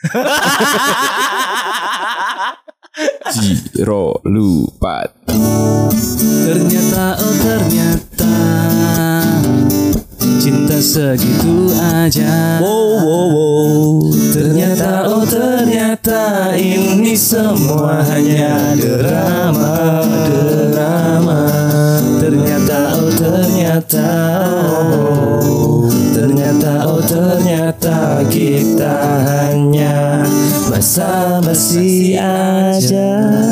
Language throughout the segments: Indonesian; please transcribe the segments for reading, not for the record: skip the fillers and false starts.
Jiro lupa. Ternyata, oh ternyata, cinta segitu aja. Ternyata, oh ternyata, ini semua hanya drama. Ternyata, oh ternyata, oh ternyata kita hanya basa-basi aja.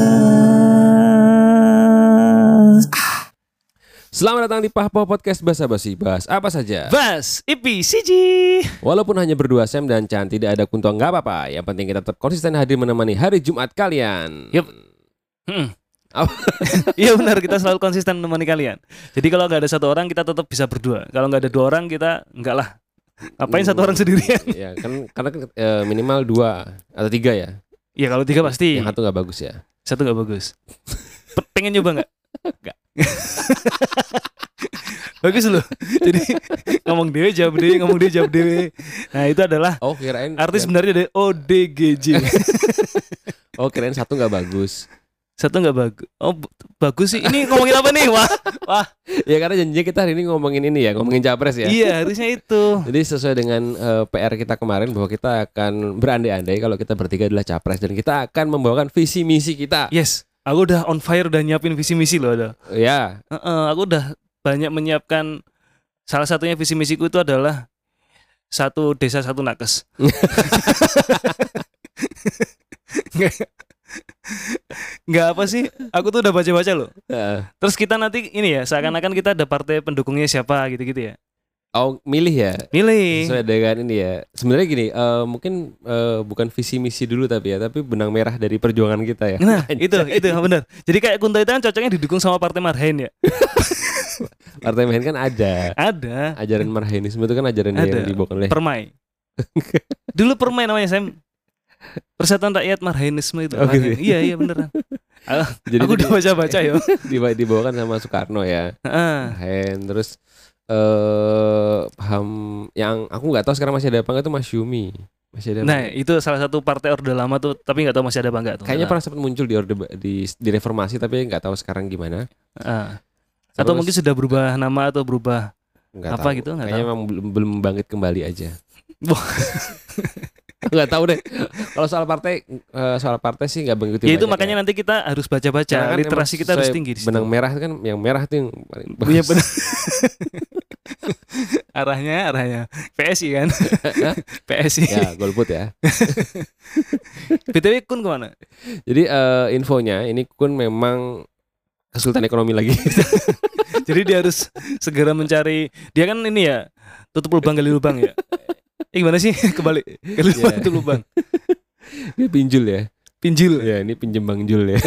Selamat datang di Pahpo Podcast Basa-basi. Bahas apa saja. Bas, Ipi, CG. Walaupun hanya berdua Sam dan Chan, tidak ada Kunto, nggak apa-apa. Yang penting kita tetap konsisten hadir menemani hari Jumat kalian. Yup. Iya benar, kita selalu konsisten menemani kalian. Jadi kalau nggak ada satu orang kita tetap bisa berdua. Kalau nggak ada dua orang kita enggak lah. Ngapain satu orang sendirian? Ya kan karena minimal 2 atau 3 ya. Iya kalau 3 pasti. Yang satu nggak bagus ya. Satu nggak bagus. Pengen nyoba nggak? Nggak. Bagus loh. Jadi ngomong dewe jawab dewe, ngomong dewe jawab dewe. Nah itu adalah kirain artis sebenarnya dari ODGJ. Kirain satu nggak bagus. Satu nggak bagus. Bagus sih. Ini ngomongin apa nih? Wah. Ya karena janjinya kita hari ini ngomongin ini ya, ngomongin capres ya. Iya harusnya itu. Jadi sesuai dengan PR kita kemarin bahwa kita akan berandai-andai kalau kita bertiga adalah capres dan kita akan membawakan visi misi kita. Yes. Aku udah on fire, udah nyiapin visi misi loh ada. Ya. Aku udah banyak menyiapkan. Salah satunya visi misiku itu adalah satu desa satu nakes. Nggak apa sih? Aku tuh udah baca-baca loh. Terus kita nanti ini ya, seakan-akan kita ada partai pendukungnya siapa gitu-gitu ya. Milih ya. Milih. Sesuai dengan ini ya. Sebenarnya gini, mungkin bukan visi misi dulu tapi benang merah dari perjuangan kita ya. Nah, itu benar. Jadi kayak Kunto itu kan cocoknya didukung sama Partai Marhain ya. Partai Marhain kan ada. Ajaran Marhainisme itu kan ajaran yang dibawakan oleh Permai. Dulu Permai namanya Sam. Persatuan Rakyat Marhainisme itu. Gitu. Iya beneran. Jadi aku udah baca-baca ya. Dibawakan sama Soekarno ya. Marhain terus paham yang aku nggak tahu sekarang masih ada apa nggak tuh Mas Yumi. Masih ada. Nah, itu salah satu partai Orde Lama tuh, tapi nggak tahu masih ada apa enggak tuh. Kayaknya pernah sempat muncul di di reformasi tapi nggak tahu sekarang gimana. Atau mungkin sudah berubah nama atau berubah nggak apa tahu. gitu, nggak Kayaknya tahu. memang belum bangkit kembali aja. Nggak tahu deh. Kalau soal partai sih nggak begitu. Ya itu makanya nanti kita harus baca-baca. Kan literasi kita harus tinggi di situ. Benang merah kan, yang merah tuh yang paling bagus. Iya benar. arahnya PSI kan. PSI. Ya golput ya. BTW Kun kemana? Jadi infonya ini Kun memang kesulitan ekonomi lagi. Jadi dia harus segera mencari. Dia kan ini ya, tutup lubang gali lubang ya. Gimana sih? Kembali gali lubang tutup lubang. Dia pinjul ya. Pinjul. Ya ini pinjem Bang Jul ya.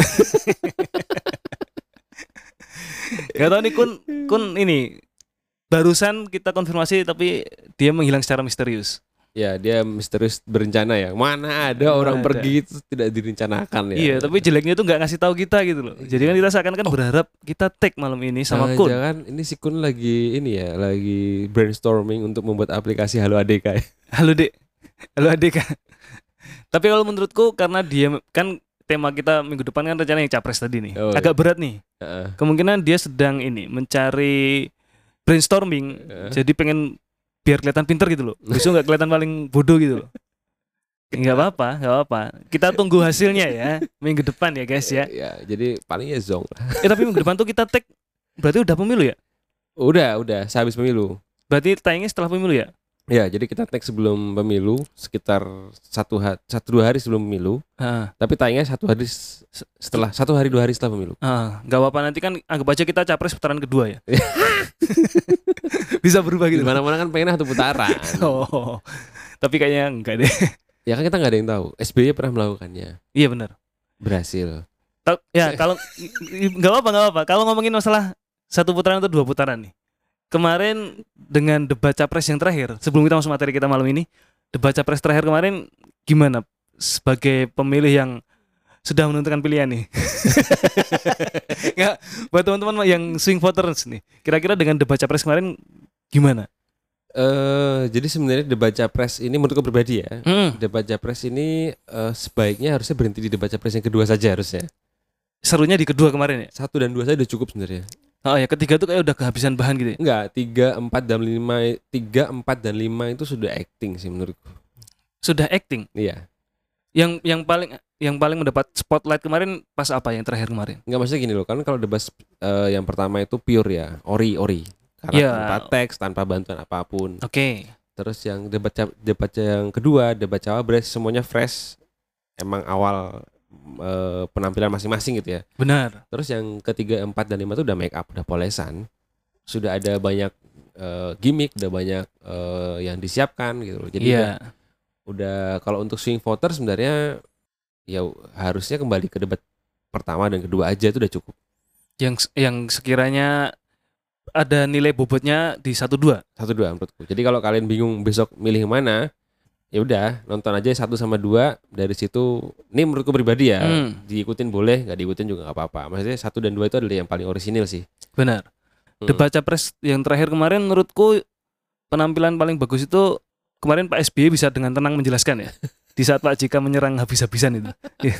Gak tau nih Kun ini barusan kita konfirmasi tapi dia menghilang secara misterius. Ya dia misterius berencana ya. Mana ada orang pergi itu tidak direncanakan ya. Iya tapi jeleknya tuh nggak ngasih tahu kita gitu loh. Jadi kan kita seakan-akan berharap kita tag malam ini sama Kun. Jangan ini si Kun lagi ini ya, lagi brainstorming untuk membuat aplikasi Halo ADK. Halo ADK. Tapi kalau menurutku karena dia kan tema kita minggu depan kan rencana yang capres tadi nih. Agak berat nih. Kemungkinan dia sedang ini mencari brainstorming. Jadi pengen biar kelihatan pinter gitu loh. Besok nggak kelihatan paling bodoh gitu loh. Nggak apa-apa. Kita tunggu hasilnya ya minggu depan ya guys ya. Ya jadi paling ya zong. Tapi minggu depan tuh kita tag berarti udah pemilu ya? Udah sehabis pemilu. Berarti tayangnya setelah pemilu ya? Ya jadi kita tag sebelum pemilu sekitar 1-2 hari sebelum pemilu. Tapi tayangnya 1 hari setelah 1 hari 2 hari setelah pemilu. Nggak apa-apa nanti kan anggap aja kita capres putaran kedua ya. Bisa berubah gitu. Mana-mana kan pengen satu putaran. Tapi kayaknya enggak deh. Ya kan kita nggak ada yang tahu. SBY pernah melakukannya. Iya benar. Berhasil. Ya kalau nggak apa-apa. Kalau ngomongin masalah 1 putaran atau 2 putaran nih. Kemarin dengan debat capres yang terakhir, sebelum kita masuk materi kita malam ini, debat capres terakhir kemarin gimana sebagai pemilih yang sudah menentukan pilihan nih? Nggak, buat teman-teman yang swing voters nih, kira-kira dengan debat capres kemarin gimana? Jadi sebenarnya debat capres ini menurutku pribadi ya, debat capres ini sebaiknya harusnya berhenti di debat capres yang kedua saja harusnya. Serunya di kedua kemarin ya? 1 dan 2 saja udah cukup sebenarnya. Oh ya, ketiga tuh kayak udah kehabisan bahan gitu ya? Enggak, 3, 4 dan 5, 3, 4 dan 5 itu sudah acting sih menurutku. Sudah acting? Iya. Yang paling mendapat spotlight kemarin pas apa yang terakhir kemarin? Enggak, maksudnya gini loh, kan kalau debat yang pertama itu pure ya, ori. Karena tanpa teks, tanpa bantuan apapun. Oke. Terus yang debat yang kedua, debat cawapres semuanya fresh. Emang awal penampilan masing-masing gitu ya. Benar. Terus yang ketiga, 4 dan 5 itu udah make up, udah polesan. Sudah ada banyak gimmick, udah banyak yang disiapkan gitu loh. Jadi udah kalau untuk swing voter sebenarnya ya harusnya kembali ke debat pertama dan kedua aja itu udah cukup. Yang sekiranya ada nilai bobotnya di 1-2 menurutku. Jadi kalau kalian bingung besok milih mana, ya udah nonton aja 1 sama 2 dari situ. Ini menurutku pribadi ya, diikutin boleh, nggak diikutin juga nggak apa-apa. Maksudnya 1 dan 2 itu adalah yang paling orisinil sih. Benar. Debat capres yang terakhir kemarin menurutku penampilan paling bagus itu kemarin Pak SBY bisa dengan tenang menjelaskan ya. Di saat Pak JK menyerang habis-habisan itu.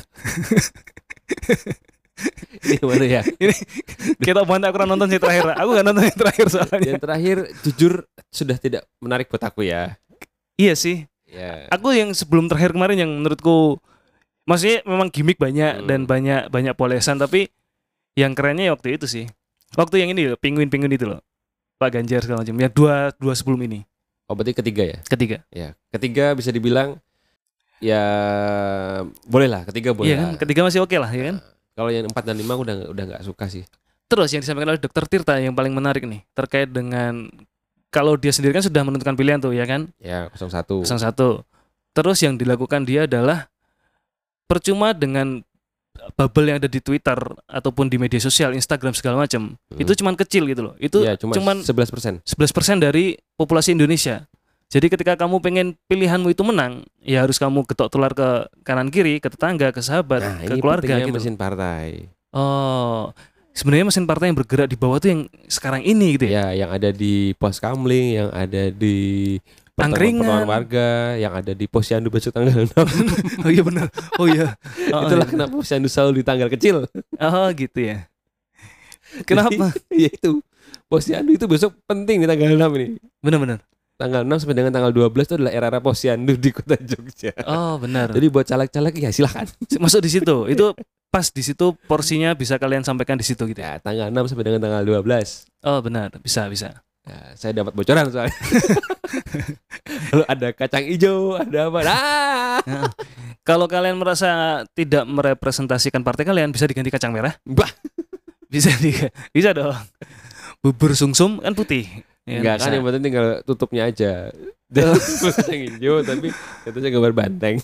Ini mana ya? Ini kita bantu aku nonton yang terakhir. Aku nggak nonton yang terakhir soalnya. Yang terakhir jujur sudah tidak menarik buat aku ya. Iya sih. Yeah. Aku yang sebelum terakhir kemarin yang menurutku maksudnya memang gimmick banyak dan banyak polesan, tapi yang kerennya waktu itu sih. Waktu yang ini loh, penguin itu loh. Pak Ganjar segala macam. Ya dua sebelum ini. Oh, berarti ketiga ya? Ketiga. Ya, ketiga bisa dibilang ya boleh lah, ketiga boleh. Iya kan, ketiga masih oke lah, ya kan? Kalau yang 4 dan 5 udah nggak suka sih. Terus yang disampaikan oleh Dr. Tirta yang paling menarik nih terkait dengan kalau dia sendiri kan sudah menentukan pilihan tuh ya kan? Ya, 01. Terus yang dilakukan dia adalah percuma dengan bubble yang ada di Twitter ataupun di media sosial, Instagram segala macam. Itu cuman kecil gitu loh. Itu ya, cuman 11%. 11% dari populasi Indonesia. Jadi ketika kamu pengen pilihanmu itu menang, ya harus kamu getok tular ke kanan kiri, ke tetangga, ke sahabat, ke keluarga gitu. Mesin partai. Oh, sebenarnya mesin partai yang bergerak di bawah tuh yang sekarang ini gitu ya? Ya, yang ada di pos kamling, yang ada di angkringan warga, yang ada di posyandu besok tanggal 6. Oh iya benar. Oh iya. Itulah kenapa posyandu selalu di tanggal kecil. Oh gitu ya. Kenapa? Ya itu. Posyandu itu besok penting di tanggal 6 ini. Benar-benar. Tanggal 6 sampai dengan tanggal 12 itu adalah era posyandu di Kota Jogja. Oh benar. Jadi buat caleg-caleg ya silakan masuk di situ. Itu pas di situ porsinya bisa kalian sampaikan di situ gitu ya. Tanggal 6 sampai dengan tanggal 12. Oh benar, bisa. Ya, saya dapat bocoran soalnya. Lalu ada kacang hijau, ada apa? Nah, kalau kalian merasa tidak merepresentasikan partai kalian, bisa diganti kacang merah? Bah. Bisa dong. Bubur sumsum kan putih. Ya, enggak kan, yang penting tinggal tutupnya aja. Kacang hijau tapi itu saya gambar banteng.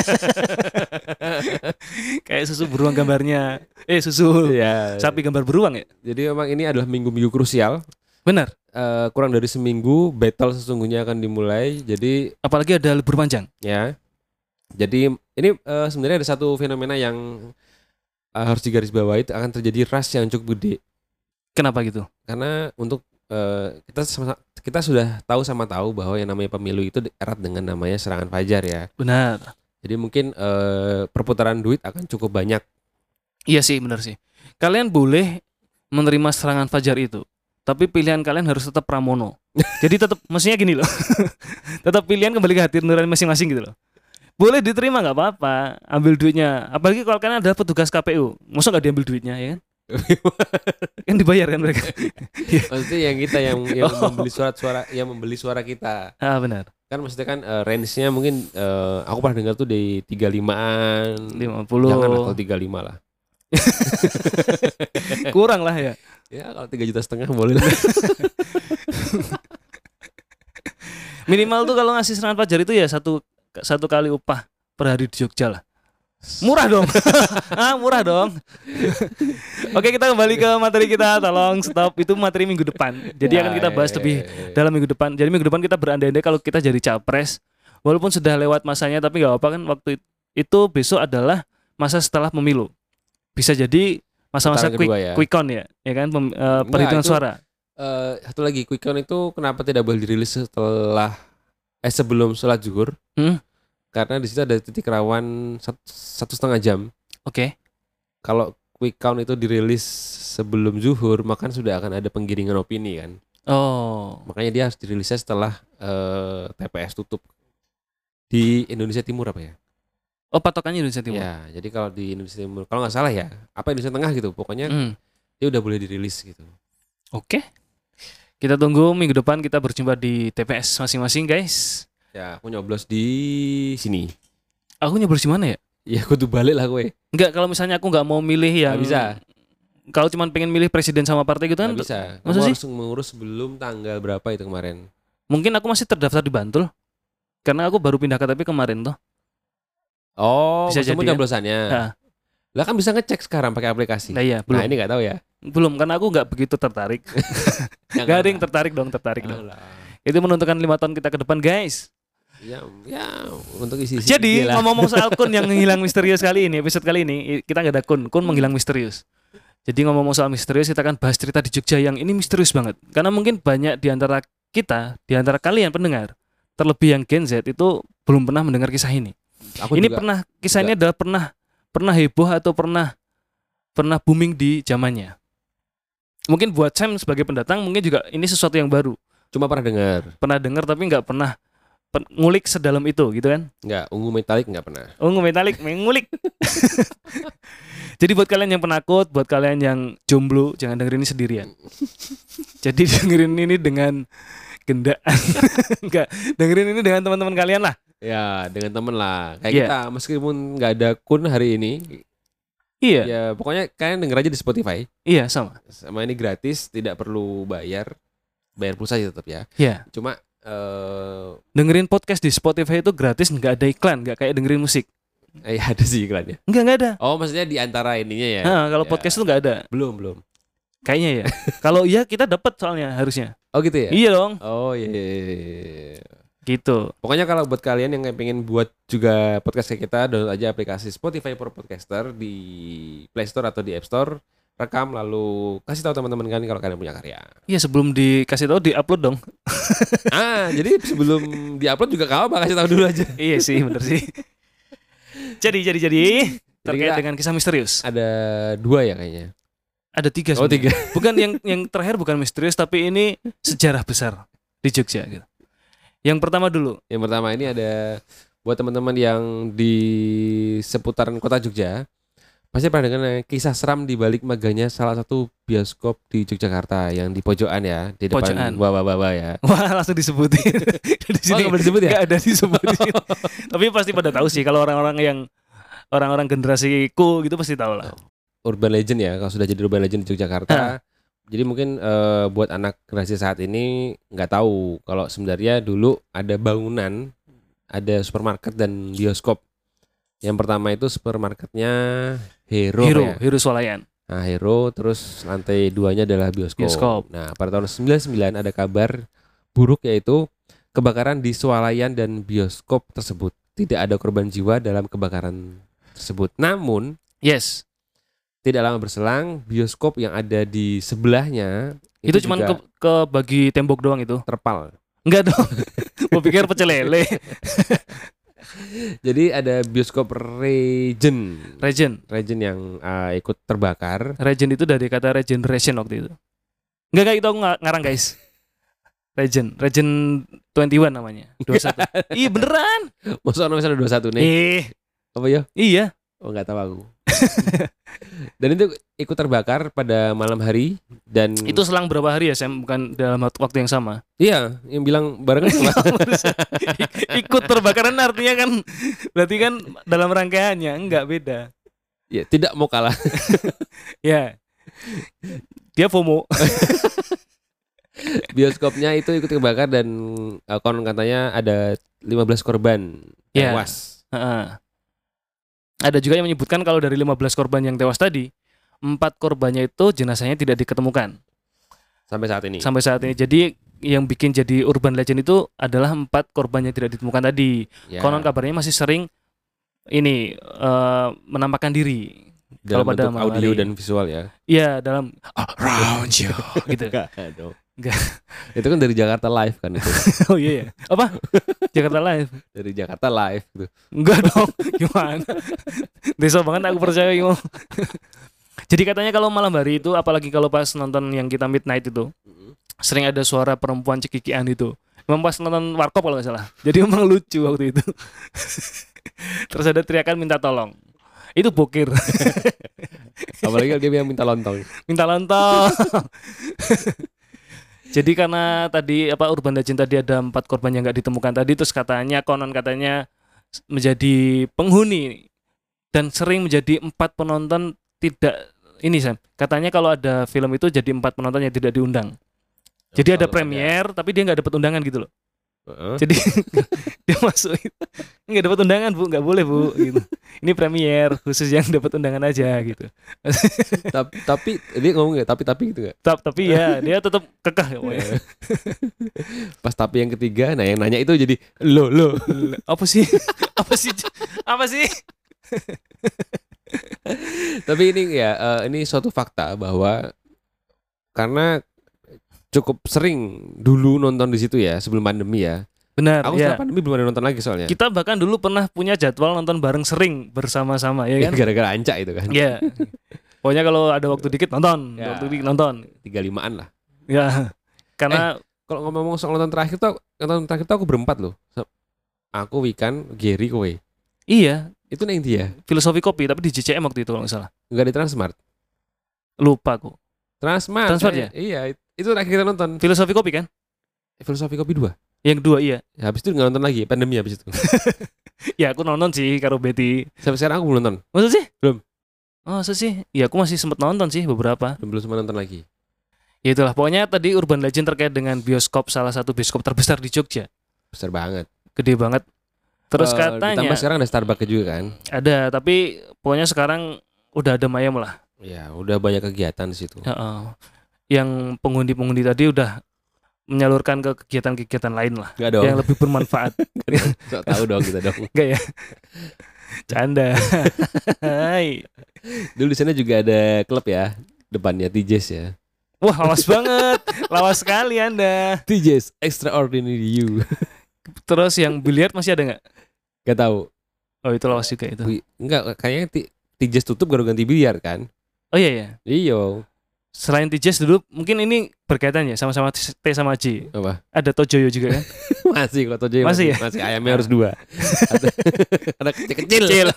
Kayak susu beruang gambarnya. Susu ya. Sapi gambar beruang ya. Jadi memang ini adalah minggu-minggu krusial. Benar. Kurang dari seminggu battle sesungguhnya akan dimulai. Jadi apalagi ada libur panjang. Ya. Jadi ini sebenarnya ada satu fenomena yang harus digarisbawahi, akan terjadi rush yang cukup gede. Kenapa gitu? Karena untuk kita sudah tahu bahwa yang namanya pemilu itu erat dengan namanya serangan fajar ya. Benar. Jadi mungkin perputaran duit akan cukup banyak. Iya sih, benar sih. Kalian boleh menerima serangan fajar itu, tapi pilihan kalian harus tetap Pramono. Jadi tetap, maksudnya gini loh. Tetap pilihan kembali ke hati nurani masing-masing gitu loh. Boleh diterima nggak apa-apa, ambil duitnya. Apalagi kalau kalian ada petugas KPU, masa nggak diambil duitnya ya kan? Kan dibayar kan mereka. Maksudnya yang kita yang membeli suara kita. Ah benar. Kan maksudnya kan range-nya mungkin aku pernah dengar tuh di 35-an, 50. Jangan lah kalau 35 lah. Kurang lah ya. Ya kalau 3,5 juta boleh lah. Minimal tuh kalau ngasih serangan fajar itu ya satu kali upah per hari di Jogja lah. Murah dong. Murah dong. Oke, kita kembali ke materi kita. Tolong stop, itu materi minggu depan. Jadi akan kita bahas lebih dalam minggu depan. Jadi minggu depan kita berandai-andai kalau kita jadi capres, walaupun sudah lewat masanya, tapi gak apa-apa kan, waktu itu besok adalah masa setelah pemilu. Bisa jadi masa-masa quick count ya kan, perhitungan suara. Satu lagi, quick count itu kenapa tidak boleh dirilis sebelum sholat zuhur? Karena di situ ada titik rawan 1,5 jam. Oke. Kalau quick count itu dirilis sebelum zuhur, maka sudah akan ada penggiringan opini kan. Oh. Makanya dia harus dirilisnya setelah TPS tutup. Di Indonesia Timur apa ya? Oh, patokannya Indonesia Timur. Ya, jadi kalau di Indonesia Timur, kalau nggak salah ya, apa Indonesia Tengah gitu, pokoknya dia udah boleh dirilis gitu. Oke. Kita tunggu minggu depan kita berjumpa di TPS masing-masing, guys. Ya, aku nyoblos di sini. Aku nyoblos di mana ya? Ya, aku tuh balik lah gue. Enggak, kalau misalnya aku nggak mau milih yang. Nggak bisa. Kalau cuma pengen milih presiden sama partai gitu kan? Nggak bisa. Kamu harus mengurus sebelum tanggal berapa itu kemarin. Mungkin aku masih terdaftar di Bantul. Karena aku baru pindah KTP kemarin tuh. Oh, bisa jadi nyoblosannya. Nah. Lah kan bisa ngecek sekarang pakai aplikasi. Nah, iya, belum. Nah, ini nggak tahu ya. Belum, karena aku nggak begitu tertarik. Nggak ada yang tertarik dong. Itu menentukan 5 tahun kita ke depan, guys. Ya, untuk isi. Jadi ngomong soal Kun yang menghilang misterius kali ini, episode kali ini kita nggak ada Kun menghilang misterius. Jadi ngomong soal misterius, kita akan bahas cerita di Jogja yang ini misterius banget. Karena mungkin banyak di antara kita, di antara kalian pendengar, terlebih yang Gen Z itu belum pernah mendengar kisah ini. Ini kisah ini adalah pernah heboh atau pernah booming di zamannya. Mungkin buat Sam sebagai pendatang mungkin juga ini sesuatu yang baru. Cuma pernah dengar tapi nggak pernah ngulik sedalam itu gitu kan? Nggak, ungu metalik nggak pernah. Ungu metalik mengulik. Jadi buat kalian yang penakut, buat kalian yang jomblo, jangan dengerin ini sendirian. Jadi dengerin ini dengan gendaan. Enggak, dengerin ini dengan teman-teman kalian lah. Ya, dengan teman lah. Kayak kita meskipun nggak ada Kun hari ini. Iya. Ya, pokoknya kalian denger aja di Spotify. Iya, sama. Sama ini gratis, tidak perlu bayar pulsa sih tetap ya. Iya. Cuma dengerin podcast di Spotify itu gratis, nggak ada iklan, nggak kayak dengerin musik. Ada sih iklannya. Nggak ada. Oh, maksudnya di antara ininya ya. Kalau podcast itu nggak ada. Belum. Kayaknya ya. Kalau iya kita dapat soalnya harusnya. Oh gitu ya? Iya dong. Oh iya. Gitu. Pokoknya kalau buat kalian yang pengen buat juga podcast kayak kita, download aja aplikasi Spotify for Podcaster di Play Store atau di App Store. Rekam lalu kasih tahu teman-teman kalian kalau kalian punya karya. Iya, sebelum dikasih tahu di-upload dong. Jadi sebelum di-upload juga kamu kasih tahu dulu aja. Iya sih, bener sih. Jadi terkait dengan kisah misterius. Ada 2 ya kayaknya. Ada 3 sebenarnya. 3. Bukan yang terakhir bukan misterius, tapi ini sejarah besar di Jogja gitu. Yang pertama dulu. Yang pertama ini ada buat teman-teman yang di seputaran kota Jogja. Pasti pernah dengar kisah seram di balik maganya salah satu bioskop di Yogyakarta yang di pojokan ya, di depan bawa ya. Wah, langsung disebutin. Di sini nggak boleh disebut ya? Nggak ada disebutin. Tapi pasti pada tahu sih kalau orang-orang generasiku gitu pasti tahu lah. Urban legend ya, kalau sudah jadi urban legend di Yogyakarta. Jadi mungkin buat anak generasi saat ini nggak tahu kalau sebenarnya dulu ada bangunan, ada supermarket dan bioskop. Yang pertama itu supermarketnya Hero Swalayan. Nah, Hero, terus lantai 2-nya adalah bioskop. Nah, pada tahun 99 ada kabar buruk yaitu kebakaran di Swalayan dan bioskop tersebut. Tidak ada korban jiwa dalam kebakaran tersebut. Namun, tidak lama berselang, bioskop yang ada di sebelahnya itu cuma ke bagi tembok doang itu. Terpal. Enggak dong. Gua pikir pecel lele. Jadi ada bioskop Regent yang ikut terbakar. Regent itu dari kata regeneration waktu itu. Enggak itu aku ngarang guys. Regent 21 namanya. 21. Iya beneran. Masa nomor 21 nih? Apa ya? Iya. Oh nggak tahu aku. Dan itu ikut terbakar pada malam hari dan itu selang berapa hari ya Sam? Bukan dalam waktu yang sama. Iya, yang bilang barengan sama. Ikut terbakaran artinya kan berarti kan dalam rangkaiannya enggak beda. Ya, tidak mau kalah. Ya. Dia FOMO. Bioskopnya itu ikut terbakar dan konon katanya ada 15 korban tewas. Ada juga yang menyebutkan kalau dari 15 korban yang tewas tadi, 4 korbannya itu jenazahnya tidak diketemukan. Sampai saat ini. Jadi yang bikin jadi urban legend itu adalah 4 korban yang tidak ditemukan tadi. Konon kabarnya masih sering menampakkan diri. Dalam bentuk audio dan visual ya. Iya, dalam around you gitu. Enggak. Itu kan dari Jakarta Live kan itu. Oh iya ya. Apa? Jakarta Live. Dari Jakarta Live gitu. Enggak dong. Gimana? Desa banget aku percaya gimana. Jadi katanya kalau malam hari itu, apalagi kalau pas nonton yang kita midnight itu, sering ada suara perempuan cekikian itu. Memang pas nonton Warkop kalau nggak salah. Jadi memang lucu waktu itu. Terus ada teriakan minta tolong. Itu bokir. Apalagi kalau dia yang minta lontong. Minta lontong. Jadi karena tadi Urban Legend tadi ada 4 korban yang nggak ditemukan tadi, terus konon katanya menjadi penghuni dan sering menjadi 4 penonton tidak ini Sam. Katanya kalau ada film itu jadi 4 penonton yang tidak diundang. Jadi ada premier tapi dia nggak dapat undangan gitu loh. Jadi dia masuk nggak dapat undangan Bu, nggak boleh Bu gitu. Ini premier khusus yang dapat undangan aja gitu. tapi dia ngomong nggak tapi gitu nggak? Tapi ya dia tetap kekeh ya. Pas tapi yang ketiga, nah yang nanya itu jadi lo apa sih? Apa sih? Tapi ini ya ini suatu fakta bahwa karena cukup sering dulu nonton di situ ya sebelum pandemi ya. Benar. Aku setelah pandemi belum ada nonton lagi soalnya. Kita bahkan dulu pernah punya jadwal nonton bareng sering bersama-sama ya kan. Gara-gara Anca itu kan. Iya. Pokoknya kalau ada waktu dikit nonton, ya, waktu dikit nonton. 35-an lah. Ya. Karena kalau ngomong soal nonton terakhir tuh aku berempat loh. Aku, Wikan, Gary, kowe. Iya. Itu neng dia. Filosofi Kopi tapi di JCM waktu itu kalau nggak salah. Enggak di Transmart. Lupa aku. Transmart ya? Iya. Itu terakhir kita nonton. Filosofi Kopi kan? Filosofi Kopi 2. Yang kedua iya. Ya, habis itu nggak nonton lagi, pandemi habis itu. Ya aku nonton sih karo Betty. Sampai sekarang aku belum nonton. Maksud sih? Belum. Oh sih? Ya aku masih sempat nonton sih beberapa. Belum sempat nonton lagi. Ya itulah pokoknya tadi Urban Legend terkait dengan bioskop, salah satu bioskop terbesar di Jogja. Besar banget. Gede banget. Terus katanya ditambah sekarang ada Starbucks juga kan? Ada, tapi pokoknya sekarang udah ada Mayam lah. Ya, udah banyak kegiatan di situ. Yang pengundi-pengundi tadi udah menyalurkan ke kegiatan-kegiatan lain lah. Gak dong. Yang lebih bermanfaat. So, tahu dong kita dong. Enggak ya? Canda. Hai. Dulu di sana juga ada klub ya, depannya TJ's ya. Wah, lawas banget. Lawas sekali Anda. TJ's Extraordinary You. Terus yang biliar masih ada nggak? Gak tahu. Oh, itu lawas juga itu. Enggak, kayaknya TJ's tutup baru ganti biliar kan? Oh iya ya. Iya. Selain TJ's dulu, mungkin ini berkaitan ya sama-sama T sama J. Apa? Ada Tojoyo juga kan? Masih kalau Tojoyo masih ya? Masih ayamnya harus 2. Ada kecil-kecil.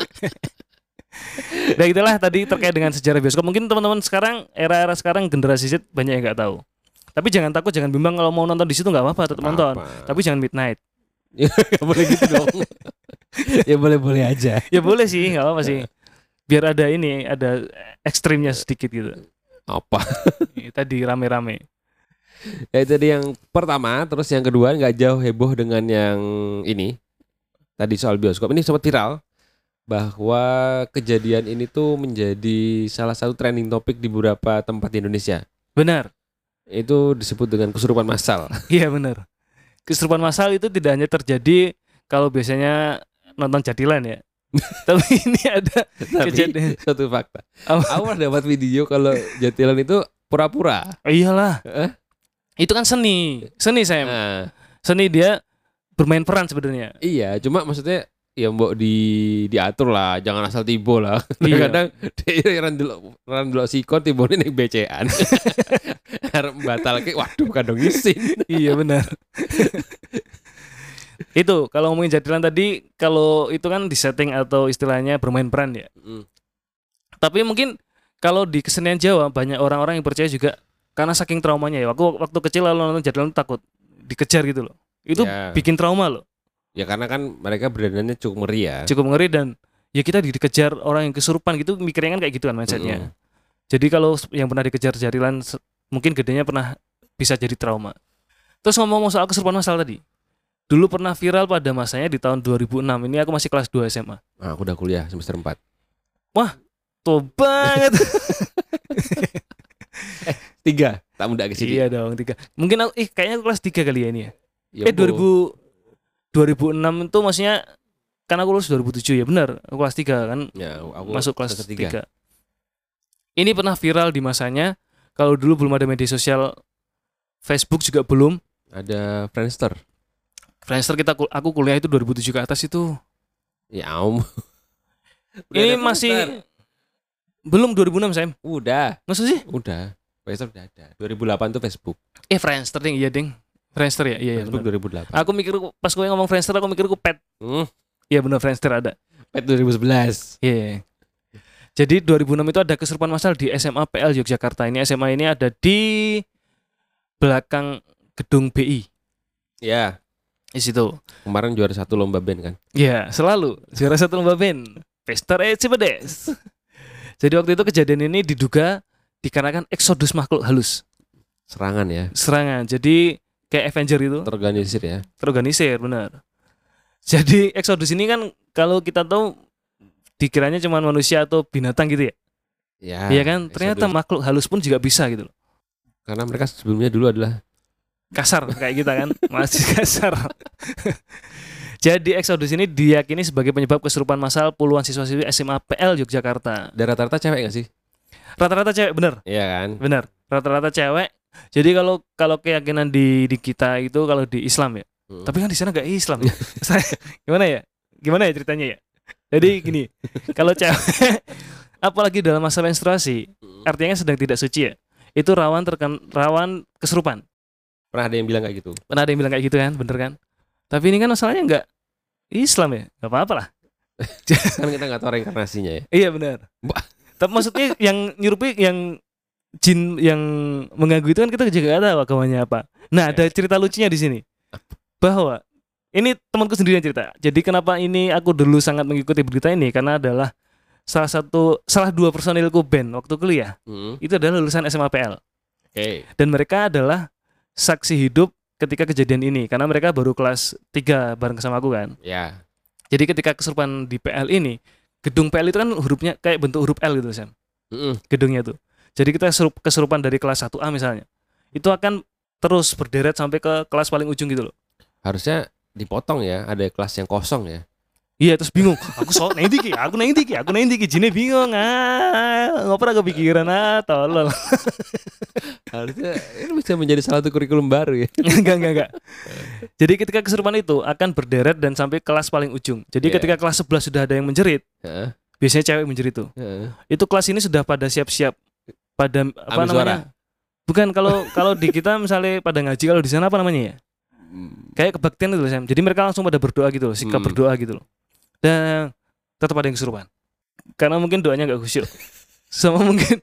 Nah itulah tadi terkait dengan sejarah bioskop. Mungkin teman-teman sekarang, era sekarang generasi Z banyak yang nggak tahu. Tapi jangan takut, jangan bimbang kalau mau nonton di situ nggak apa-apa, tetap nonton. Tapi jangan midnight. Gak boleh gitu dong. Ya boleh-boleh aja. Ya boleh sih, nggak apa-apa sih. Biar ada ekstrimnya sedikit gitu. Apa? Tadi rame-rame. Ya itu tadi yang pertama, terus yang kedua nggak jauh heboh dengan yang ini. Tadi soal bioskop ini sempat viral bahwa kejadian ini tuh menjadi salah satu trending topik di beberapa tempat di Indonesia. Benar. Itu disebut dengan kesurupan massal. Iya benar. Kesurupan massal itu tidak hanya terjadi kalau biasanya nonton Jadilan ya. Tapi ini ada kejadian. Satu fakta. Aku dapat video kalau Jatilan itu pura-pura. Iyalah. Itu kan seni Sam. Seni dia bermain peran sebenarnya. Iya, cuma maksudnya ya mbok diatur lah, jangan asal tibo lah. Kadang dia ran delok sikon tibone ning becekan. Arep batalke, waduh kadang isin. Iya benar. Itu kalau ngomongin Jadilan tadi, kalau itu kan disetting atau istilahnya bermain peran ya. Tapi mungkin kalau di kesenian Jawa banyak orang-orang yang percaya juga karena saking traumanya ya. Waktu kecil lalu nonton Jadilan takut dikejar gitu loh. Itu bikin trauma loh. Ya karena kan mereka berdandannya cukup ngeri ya. Cukup ngeri dan ya kita dikejar orang yang kesurupan gitu, mikirnya kan kayak gitu kan mindsetnya. Jadi kalau yang pernah dikejar Jadilan mungkin gedenya pernah bisa jadi trauma. Terus ngomong soal kesurupan massal tadi. Dulu pernah viral pada masanya di tahun 2006. Ini aku masih kelas 2 SMA. Aku udah kuliah semester 4. Wah, tuh banget. 3. Tak muda ke sini. Iya dong, 3. Mungkin aku kayaknya aku kelas 3 kali ya ini ya. 2006 itu maksudnya kan aku lulus 2007 ya, benar. Aku kelas 3 kan. Ya, aku masuk kelas 3. Ini pernah viral di masanya. Kalau dulu belum ada media sosial Facebook juga belum. Ada Friendster. Aku kuliah itu 2007 ke atas itu. Ya ini masih belum 2006 Sam. Udah. Maksud sih? Udah. Friendster udah ada. 2008 tuh Facebook. Friendster ding, iya ding. Friendster ya, iya. Facebook bener. 2008. Aku mikir pas gue ngomong Friendster, aku mikir Pet. Iya benar, Friendster ada. Pet 2011. Iya. Jadi 2006 itu ada kesurupan massal di SMA PL Yogyakarta. Ini SMA ini ada di belakang gedung BI. Ya. Di situ. Kemarin juara 1 lomba band kan? Iya, selalu juara 1 lomba band. Pesta Cipedes. Jadi waktu itu kejadian ini diduga dikarenakan eksodus makhluk halus. Serangan ya. Serangan. Jadi kayak Avenger itu. Terorganisir ya. Terorganisir, benar. Jadi eksodus ini kan kalau kita tahu dikiranya cuma manusia atau binatang gitu ya. Ya. Iya kan? Ternyata makhluk halus pun juga bisa gitu loh. Karena mereka sebelumnya dulu adalah kasar kayak kita kan, masih kasar. Jadi eksodus ini diyakini sebagai penyebab kesurupan massal puluhan siswa-siswi SMA PL Yogyakarta. Dan rata-rata cewek nggak sih? Rata-rata cewek, bener. Iya kan? Bener, rata-rata cewek. Jadi kalau keyakinan di kita itu kalau di Islam ya. Tapi kan di sana nggak Islam. Gimana ya ceritanya ya? Jadi gini, kalau cewek apalagi dalam masa menstruasi, artinya sedang tidak suci ya. Itu rawan kesurupan. Pernah ada yang bilang kayak gitu. Pernah ada yang bilang kayak gitu kan, bener kan? Tapi ini kan masalahnya nggak Islam ya, nggak apa-apa lah. Kan kita nggak tahu reinkarnasinya ya. Iya benar. Tapi maksudnya yang nyerupi yang jin yang mengganggu itu kan kita juga nggak tahu agamanya apa. Nah ada cerita lucunya di sini bahwa ini temanku sendiri yang cerita. Jadi kenapa ini aku dulu sangat mengikuti berita ini karena adalah salah dua personilku band waktu kuliah itu adalah lulusan SMA PL. Dan mereka adalah saksi hidup ketika kejadian ini karena mereka baru kelas 3 bareng sama aku kan. Ya. Jadi ketika kesurupan di PL ini, gedung PL itu kan hurufnya kayak bentuk huruf L gitu Sam. Gedungnya tuh. Jadi kita kesurupan dari kelas 1A misalnya. Itu akan terus berderet sampai ke kelas paling ujung gitu loh. Harusnya dipotong ya, ada kelas yang kosong ya. Iya terus bingung. Aku neng diki, jine bingung. Nggak pernah kepikiran tolol. Harusnya ini bisa menjadi salah satu kurikulum baru ya. Enggak. Jadi ketika kesurupan itu akan berderet dan sampai kelas paling ujung. Jadi ketika kelas 11 sudah ada yang menjerit. Biasanya cewek menjerit tuh. Itu kelas ini sudah pada siap-siap pada apa ambil namanya? Suara. Bukan kalau di kita misalnya pada ngaji, kalau di sana apa namanya ya? Kayak kebaktian itu loh Sam. Jadi mereka langsung pada berdoa gitu loh, sikap berdoa gitu loh. Dan tetap ada yang kesurupan. Karena mungkin doanya enggak khusyuk. Sama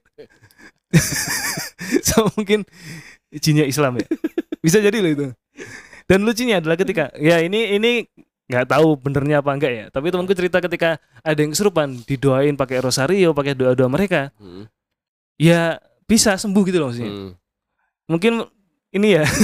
mungkin jinnya Islam ya. Bisa jadi loh itu. Dan lucunya adalah ketika ya ini nggak tahu benernya apa enggak ya. Tapi temanku cerita ketika ada yang kesurupan didoain pakai rosario, pakai doa-doa mereka. Ya bisa sembuh gitu loh maksudnya. Mungkin ini ya.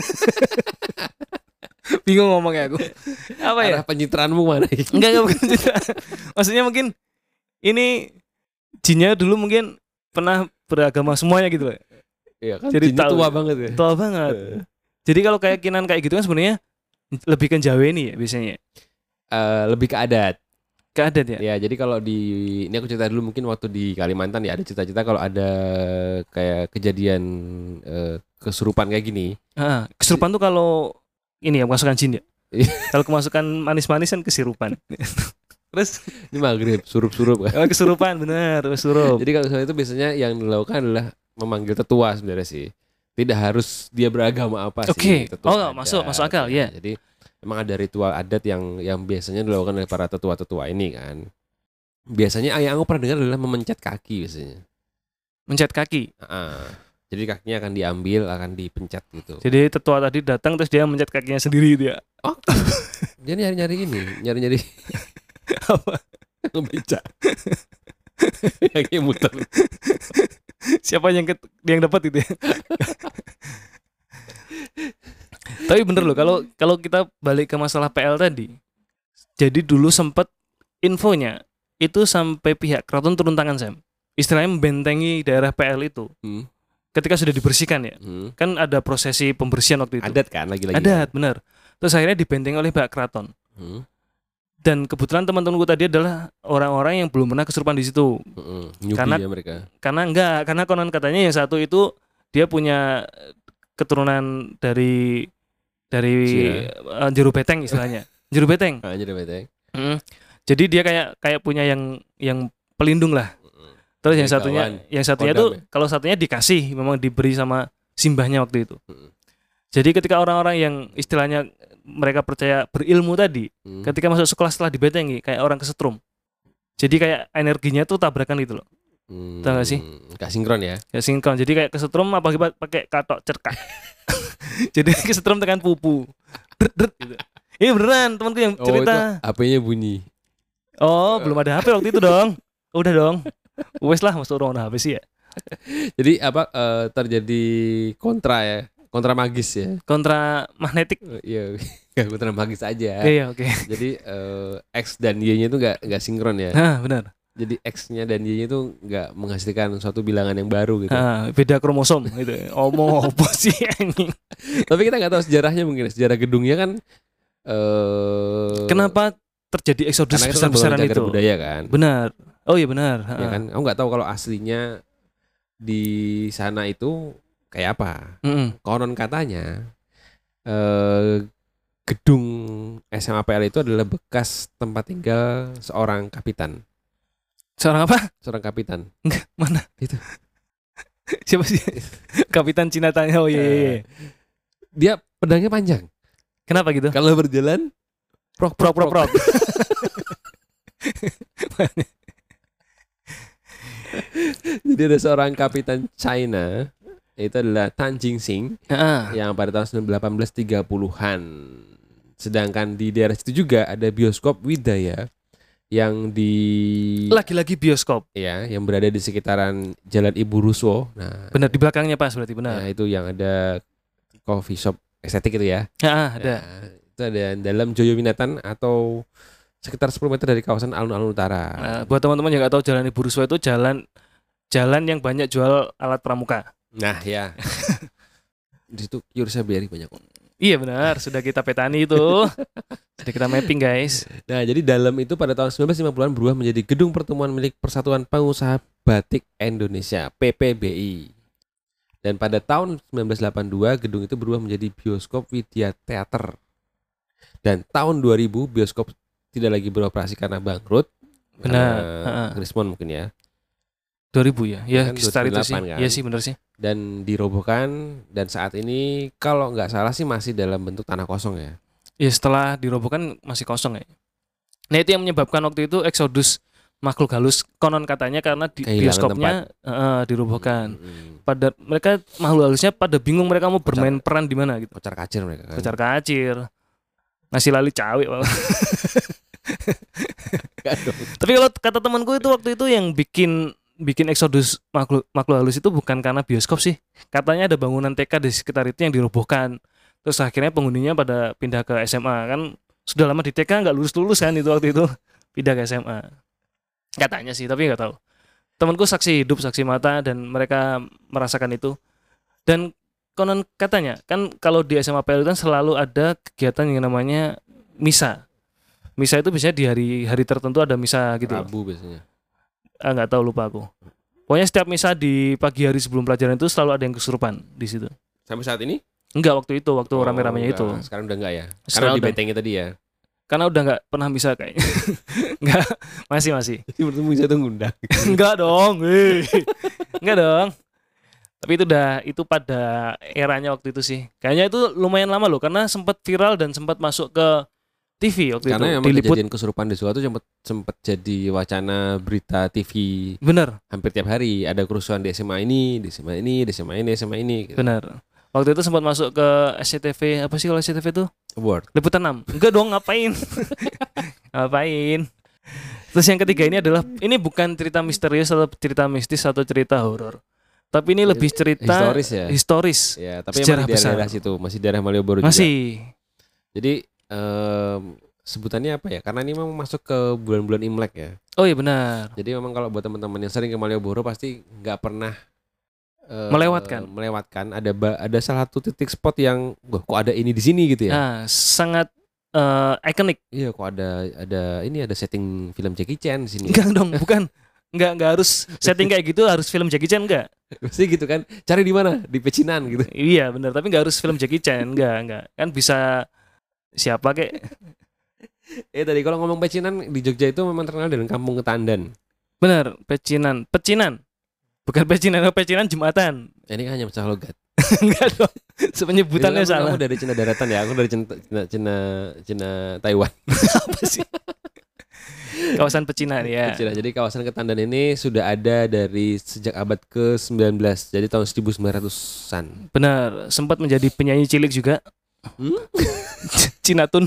Bingung ngomongnya aku. Apa ya? Arah pencitraanmu mana? Enggak bukan pencitraan. Maksudnya mungkin ini jinnya dulu mungkin pernah beragama semuanya gitu loh. Iya kan. Jadi tua banget ya. Tua banget. Jadi kalau keyakinan kayak gitu kan sebenarnya lebih ke Jaweni ya biasanya. Lebih ke adat. Ke adat ya? Ya, jadi kalau ini aku cerita dulu mungkin waktu di Kalimantan ya ada cerita-cerita kalau ada kayak kejadian kesurupan kayak gini. Kesurupan tuh kalau ini ya kemasukan jin ya. Kalau kemasukan manis-manis kan kesirupan. Terus ini maghrib surup-surup kan. Kesurupan bener, surup. Jadi kalau itu biasanya yang dilakukan adalah memanggil tetua sebenarnya sih. Tidak harus dia beragama apa sih. Masuk akal ya. Jadi memang ada ritual adat yang biasanya dilakukan oleh para tetua-tetua ini kan. Biasanya yang aku pernah dengar adalah memencet kaki biasanya. Mencet kaki? Jadi kakinya akan diambil, akan dipencet gitu. Jadi tetua tadi datang terus dia mencet kakinya sendiri gitu ya? Oh, dia nyari-nyari apa? Ngebeca. Kakinya muter. Siapa yang dapat itu ya? Tapi bener loh, kalau kita balik ke masalah PL tadi, jadi dulu sempat infonya itu sampai pihak keraton turun tangan Sam. Istilahnya membentengi daerah PL itu. Ketika sudah dibersihkan ya, kan ada prosesi pembersihan waktu itu. Adat kan lagi-lagi. Adat bener. Terus akhirnya dibentengi oleh pihak keraton. Dan kebetulan teman-temanku tadi adalah orang-orang yang belum pernah kesurupan di situ. Karena ya mereka. Karena konon katanya yang satu itu dia punya keturunan dari Juru Beteng istilahnya. Juru Beteng. Juru Beteng. Jadi dia kayak punya yang pelindung lah. Terus yang satunya tuh kalau satunya dikasih, memang diberi sama simbahnya waktu itu. Jadi ketika orang-orang yang istilahnya mereka percaya berilmu tadi, ketika masuk sekolah setelah dibetengi kayak orang kesetrum. Jadi kayak energinya tuh tabrakan gitu loh. Tahu gak sih? Gak sinkron ya? Gak sinkron. Jadi kayak kesetrum apa pakai katok cerkak. Jadi kesetrum tekan pupu. Gitu. Ini beneran temanku yang cerita. Itu HP-nya bunyi. Oh, belum ada HP waktu itu dong. Udah dong. Wes lah, masuk orang HP sih ya. Jadi terjadi kontra magis ya. Kontra magnetik. Iya, kontra magis aja. Iya, oke. Jadi X dan Y-nya itu enggak sinkron ya. Nah, benar. Jadi X-nya dan Y-nya itu enggak menghasilkan suatu bilangan yang baru gitu. Beda kromosom gitu. Omong apa sih anjing. Tapi kita enggak tahu sejarahnya, mungkin sejarah gedungnya kan kenapa terjadi eksodus besar-besaran itu? Budaya kan. Benar. Oh iya benar. Ya kan, aku nggak tahu kalau aslinya di sana itu kayak apa. Konon katanya gedung SMA PL itu adalah bekas tempat tinggal seorang kapitan. Seorang apa? Seorang kapitan. Enggak, mana? Itu. Siapa sih? Kapitan Cina tanya. Oh iya. Dia pedangnya panjang. Kenapa gitu? Kalau berjalan prok. Jadi ada seorang kapitan China, itu adalah Tan Jingxing, yang pada tahun 1830-an. Sedangkan di daerah situ juga ada bioskop Widaya yang lagi-lagi bioskop. Ya, yang berada di sekitaran Jalan Ibu Ruswo. Nah, benar di belakangnya Pas berarti benar. Nah, itu yang ada coffee shop estetik itu ya. Ada. Nah, itu ada dalam Joyowinatan atau sekitar 10 meter dari kawasan alun-alun utara. Nah, buat teman-teman yang nggak tahu Jalan Ibu Ruswa itu jalan yang banyak jual alat pramuka. Nah ya. Di situ Yursa BRI banyak kok. Iya benar, sudah kita petani itu. Sudah kita mapping guys. Nah jadi dalam itu pada tahun 1950-an berubah menjadi gedung pertemuan milik Persatuan Pengusaha Batik Indonesia PPBI. Dan pada tahun 1982 gedung itu berubah menjadi bioskop Widya Theater. Dan tahun 2000 bioskop tidak lagi beroperasi karena bangkrut. Benar. Krismon mungkin ya. 2000 ya. Ya, kan sekitar itu sih. Kan? Iya sih benar sih. Dan dirobohkan dan saat ini kalau nggak salah sih masih dalam bentuk tanah kosong ya. Iya, setelah dirobohkan masih kosong ya. Nah, itu yang menyebabkan waktu itu eksodus makhluk halus konon katanya karena bioskopnya dirobohkan. Pada mereka makhluk halusnya pada bingung mereka mau bermain peran di mana gitu. Kocar-kacir mereka kan. Kocar-kacir. Ngasih lali cawe. Tapi kalau kata temanku itu waktu itu yang bikin eksodus makhluk halus itu bukan karena bioskop sih. Katanya ada bangunan TK di sekitar itu yang dirobohkan. Terus akhirnya penghuninya pada pindah ke SMA kan. Sudah lama di TK nggak lulus kan itu waktu itu. Pindah ke SMA. Katanya sih, tapi nggak tahu. Temanku saksi hidup, saksi mata dan mereka merasakan itu. Dan konon katanya kan kalau di SMA PL kan selalu ada kegiatan yang namanya misa. Misa itu biasanya di hari tertentu ada misa gitu. Rabu biasanya. Nggak tahu, lupa aku. Pokoknya setiap misa di pagi hari sebelum pelajaran itu selalu ada yang kesurupan di situ. Sampai saat ini? Enggak, waktu rame-ramenya itu. Sekarang udah enggak ya? Karena dibentengi tadi ya. Karena udah nggak pernah misa kayaknya. Enggak, masih. Bertemu misa tuh ngundang. Enggak dong. Enggak dong. Tapi itu pada eranya waktu itu sih. Kayaknya itu lumayan lama loh karena sempat viral dan sempat masuk ke TV waktu karena itu. Karena memang kejadian kesurupan di suatu sempat jadi wacana berita TV. Bener. Hampir tiap hari ada kerusuhan di SMA ini, di SMA ini, di SMA ini, di SMA ini. Gitu. Bener. Waktu itu sempat masuk ke SCTV, apa sih kalau SCTV itu? Award. Liputan 6. Enggak dong, ngapain? Ngapain? Terus yang ketiga ini adalah, ini bukan cerita misterius atau cerita mistis atau cerita horor. Tapi ini lebih cerita historis. Ya, tapi sejarah di daerah situ, masih daerah Malioboro juga. Masih. Jadi sebutannya apa ya? Karena ini memang masuk ke bulan-bulan Imlek ya. Oh iya benar. Jadi memang kalau buat teman-teman yang sering ke Malioboro pasti nggak pernah melewatkan. Ada salah satu titik spot yang kok ada ini di sini gitu ya. Nah, sangat ikonik. Iya, kok ada setting film Jackie Chan di sini. Enggak dong, bukan. Enggak harus setting kayak gitu, harus film Jackie Chan enggak. Mesti gitu kan, cari di mana? Di pecinan gitu. Iya benar, tapi enggak harus film Jackie Chan, enggak. Kan bisa siapa kek. Tadi kalau ngomong pecinan di Jogja itu memang terkenal dengan kampung ketandan. Benar, pecinan. Bukan pecinan Jumatan. Ini kan hanya pecah logat. Enggak dong. Penyebutannya salah. Kamu dari Cina daratan ya, aku dari Cina Taiwan. Apa sih? Kawasan pecinan ya. Pecinan. Jadi kawasan ketandan ini sudah ada dari sejak abad ke-19. Jadi tahun 1900-an. Benar, sempat menjadi penyanyi cilik juga. Chinatown.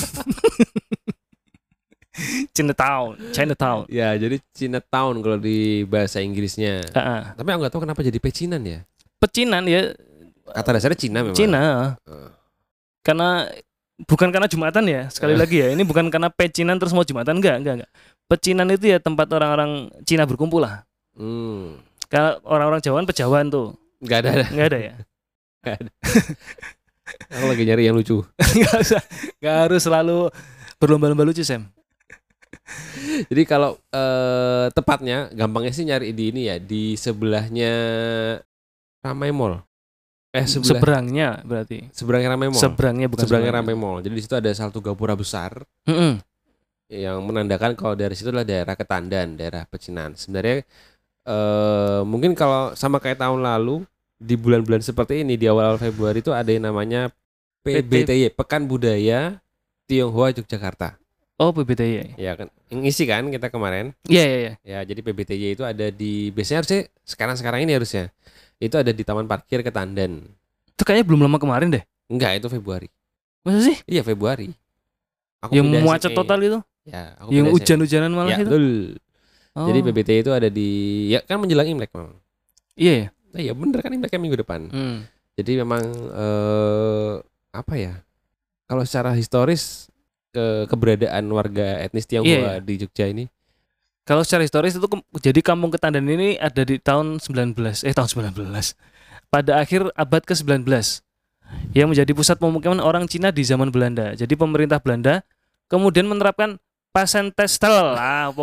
Chinatown. Ya, jadi Chinatown kalau di bahasa Inggrisnya. Tapi aku nggak tahu kenapa jadi pecinan ya. Pecinan ya. Kata dasarnya Cina memang. Cina. Karena bukan karena Jumatan ya. Sekali lagi ya, ini bukan karena pecinan terus mau Jumatan, enggak. Pecinan itu ya tempat orang-orang Cina berkumpul lah. Kalau orang-orang Jawa pejawan tuh. Enggak ada ya. Enggak ada. Aku lagi nyari yang lucu. Enggak harus selalu berlomba-lomba lucu, Sam. Jadi kalau tepatnya gampangnya sih nyari di ini ya, di sebelahnya Ramai Mall. Seberangnya berarti. Seberangnya Ramai Mall. Seberangnya Ramai Mall. Jadi di situ ada satu gapura besar. Yang menandakan kalau dari situ adalah daerah Ketandan, daerah pecinan. Sebenarnya mungkin kalau sama kayak tahun lalu di bulan-bulan seperti ini di awal Februari itu ada yang namanya PBTY, Pekan Budaya Tionghoa Yogyakarta. Oh, PBTY. Ya kan, ngisi kan kita kemarin. Iya. Ya, jadi PBTY itu ada di biasanya harusnya sekarang ini harusnya. Itu ada di Taman Parkir Ketandan. Itu kayaknya belum lama kemarin deh. Enggak, itu Februari. Masa sih? Iya, Februari. Yang macet total itu? Ya, yang hujan-hujanan malah ya, itu. Betul. Oh. Jadi PBTY itu ada di ya kan menjelang Imlek memang. Iya. Iya, bener kan Imlek minggu depan. Jadi memang apa ya? Kalau secara historis keberadaan warga etnis Tionghoa di Jogja ini. Kalau secara historis itu jadi kampung Ketandan ini ada di tahun 19. Pada akhir abad ke-19. Yang menjadi pusat pemukiman orang Cina di zaman Belanda. Jadi pemerintah Belanda kemudian menerapkan Passentestelsel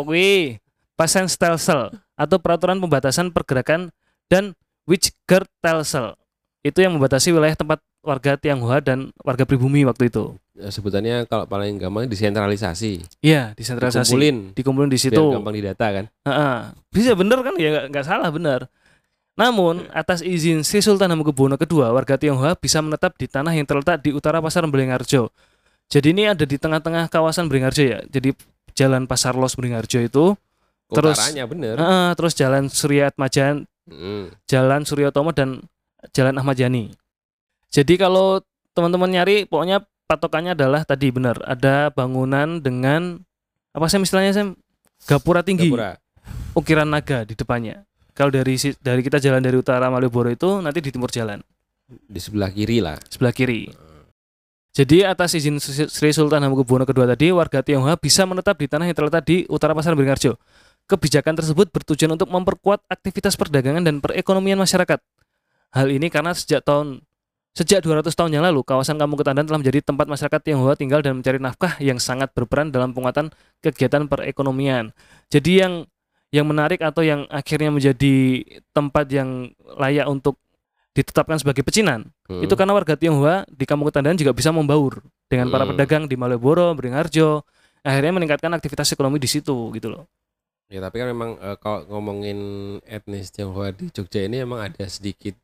atau peraturan pembatasan pergerakan dan Witchgertelsel. Itu yang membatasi wilayah tempat warga Tionghoa dan warga pribumi waktu itu. Sebutannya kalau paling gampang desentralisasi. Iya, desentralisasi. Dikumpulin di situ. Biar gampang didata kan. Bisa bener kan ya, nggak salah benar. Namun atas izin Sri Sultan Hamengkubuwono II, warga Tionghoa bisa menetap di tanah yang terletak di utara Pasar Beringharjo. Jadi ini ada di tengah-tengah kawasan Beringharjo ya. Jadi Jalan Pasar Los Beringharjo itu. Utaranya bener. Terus Jalan Surya Atmaja, Jalan Suryotomo dan Jalan Ahmad Yani. Jadi kalau teman-teman nyari, pokoknya patokannya adalah tadi benar ada bangunan dengan apa sih istilahnya Sam? Gapura tinggi. Ukiran naga di depannya. Kalau dari kita jalan dari utara Malioboro itu nanti di timur jalan. Di sebelah kiri lah. Sebelah kiri. Jadi atas izin Sri Sultan Hamengkubuwono II tadi, warga Tionghoa bisa menetap di tanah yang terletak di utara Pasar Beringharjo. Kebijakan tersebut bertujuan untuk memperkuat aktivitas perdagangan dan perekonomian masyarakat. Hal ini karena sejak 200 tahun yang lalu, kawasan Kampung Ketandan telah menjadi tempat masyarakat Tionghoa tinggal dan mencari nafkah yang sangat berperan dalam penguatan kegiatan perekonomian. Jadi yang menarik atau yang akhirnya menjadi tempat yang layak untuk ditetapkan sebagai pecinan, itu karena warga Tionghoa di Kampung Ketandan juga bisa membaur dengan para pedagang di Malioboro, Beringharjo, akhirnya meningkatkan aktivitas ekonomi di situ gitu loh. Ya tapi kan memang kalau ngomongin etnis Tionghoa di Jogja ini memang ada sedikit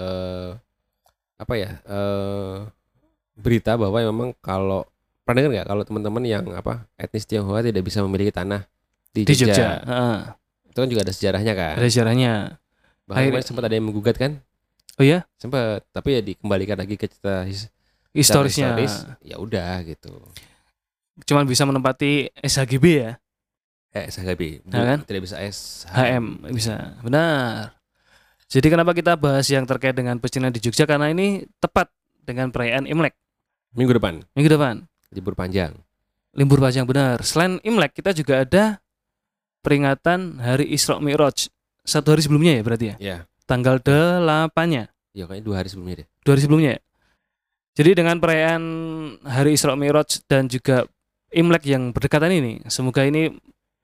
berita bahwa memang kalau pernah dengar nggak kalau teman-teman yang etnis Tionghoa tidak bisa memiliki tanah di Jogja. Itu kan juga ada sejarahnya kan. Ada sejarahnya. Bahkan sempat ada yang menggugat kan. Oh iya? Sempat, tapi ya dikembalikan lagi ke cerita historisnya. Ya udah gitu. Cuman bisa menempati SHGB ya. SHGB. Kan? Tidak bisa SHM. Bisa. Benar. Jadi kenapa kita bahas yang terkait dengan pecinan di Jogja, karena ini tepat dengan perayaan Imlek. Minggu depan. Libur panjang, benar. Selain Imlek kita juga ada peringatan Hari Isra Mi'raj. 1 hari sebelumnya ya berarti ya? Iya. Tanggal 8-nya. Iya kayaknya 2 hari sebelumnya deh. 2 hari sebelumnya ya? Jadi dengan perayaan Hari Isra Mi'raj dan juga Imlek yang berdekatan ini, semoga ini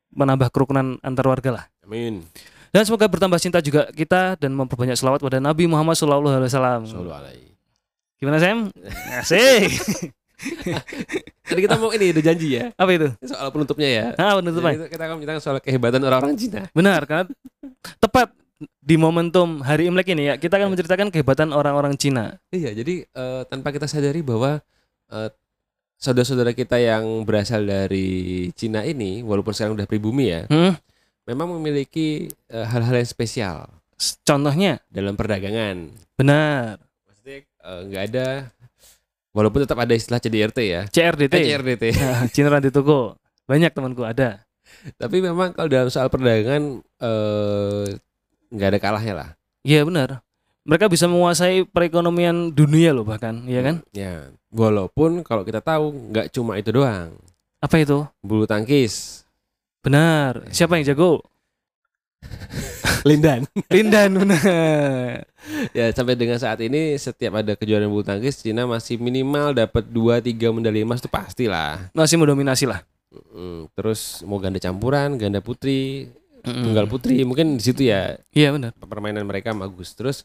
menambah kerukunan antar warga lah. Amin. Dan semoga bertambah cinta juga kita dan memperbanyak selawat pada Nabi Muhammad SAW. Gimana Sam? Asik. Tadi kita mau ini udah janji ya. Apa itu? Soal penutupnya ya. Penutupnya. Kita akan menceritakan soal kehebatan orang-orang Cina. Benar, karena tepat di momentum Hari Imlek ini ya, kita akan menceritakan kehebatan orang-orang Cina. Iya, jadi tanpa kita sadari bahwa saudara-saudara kita yang berasal dari Cina ini, walaupun sekarang udah pribumi ya, memang memiliki hal-hal yang spesial. Contohnya dalam perdagangan. Benar. Maksudnya nggak ada, walaupun tetap ada istilah CDRT ya. CRDT. CRDT. Cina di toko. Banyak temanku ada. Tapi memang kalau dalam soal perdagangan nggak ada kalahnya lah. Iya benar. Mereka bisa menguasai perekonomian dunia loh bahkan, iya kan? Ya, walaupun kalau kita tahu nggak cuma itu doang. Apa itu? Bulu tangkis. Benar. Siapa yang jago? Lindan. Lindan benar. Ya, sampai dengan saat ini setiap ada kejuaraan bulu tangkis Cina masih minimal dapat 2-3 medali emas itu pastilah. Masih mendominasi lah. Terus mau ganda campuran, ganda putri, tunggal putri, mungkin di situ ya. Iya benar. Permainan mereka bagus. Terus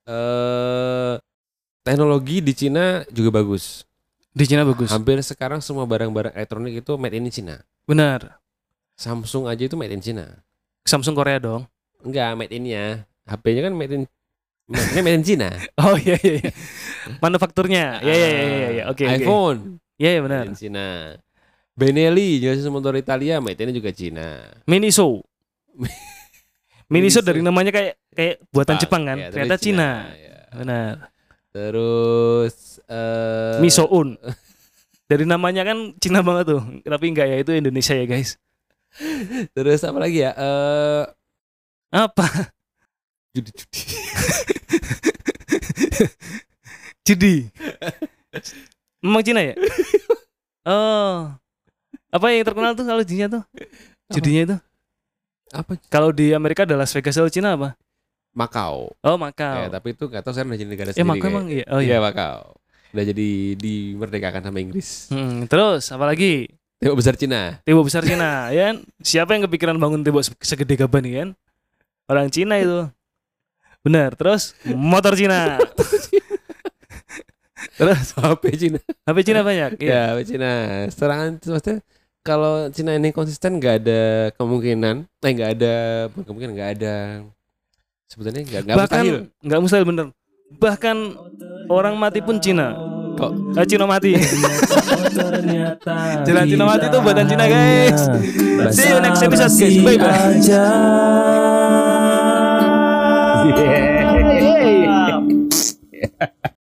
teknologi di Cina juga bagus. Di Cina bagus. Hampir sekarang semua barang-barang elektronik itu made in Cina. Benar. Samsung aja itu made in Cina. Samsung Korea dong. Enggak, made in-nya. HP-nya kan made in Cina. Oh iya. Manufakturnya. Iya. Oke. iPhone. Iya benar. Made in Cina. Benelli, jenis motor Italia, made in juga Cina. Miniso dari namanya kayak buatan Jepang kan, ya, ternyata Cina. Ya. Benar. Terus Misoun. Dari namanya kan Cina banget tuh, tapi enggak ya, itu Indonesia ya guys. Terus apa lagi ya? Apa? Judi. Judi. Memang Cina ya? Oh. Apa yang terkenal tuh kalau judinya tuh? Judinya itu? Apa? Kalau di Amerika adalah Las Vegas, kalau Cina apa? Makau. Oh, Makau. Ya, tapi itu nggak tahu sekarang udah jadi negara sendiri. Makau emang iya. Oh iya. Makau. Udah jadi dimerdekakan sama Inggris. Terus apa lagi? Tembok besar Cina. Tembok besar Cina, ya kan? Siapa yang kepikiran bangun tembok segede gaban nih kan? Orang Cina itu. Benar. Terus motor Cina. Terus HP Cina. HP Cina banyak. Iya. Ya, HP Cina. Serangan maksudnya kalau Cina ini konsisten nggak ada kemungkinan, nggak ada sebenarnya nggak mustahil. Nggak mustahil bener. Bahkan orang mati pun Cina. Kok? Cina mati. Jalan Cina mati itu buatan Cina guys. See you next episode guys. Bye bye.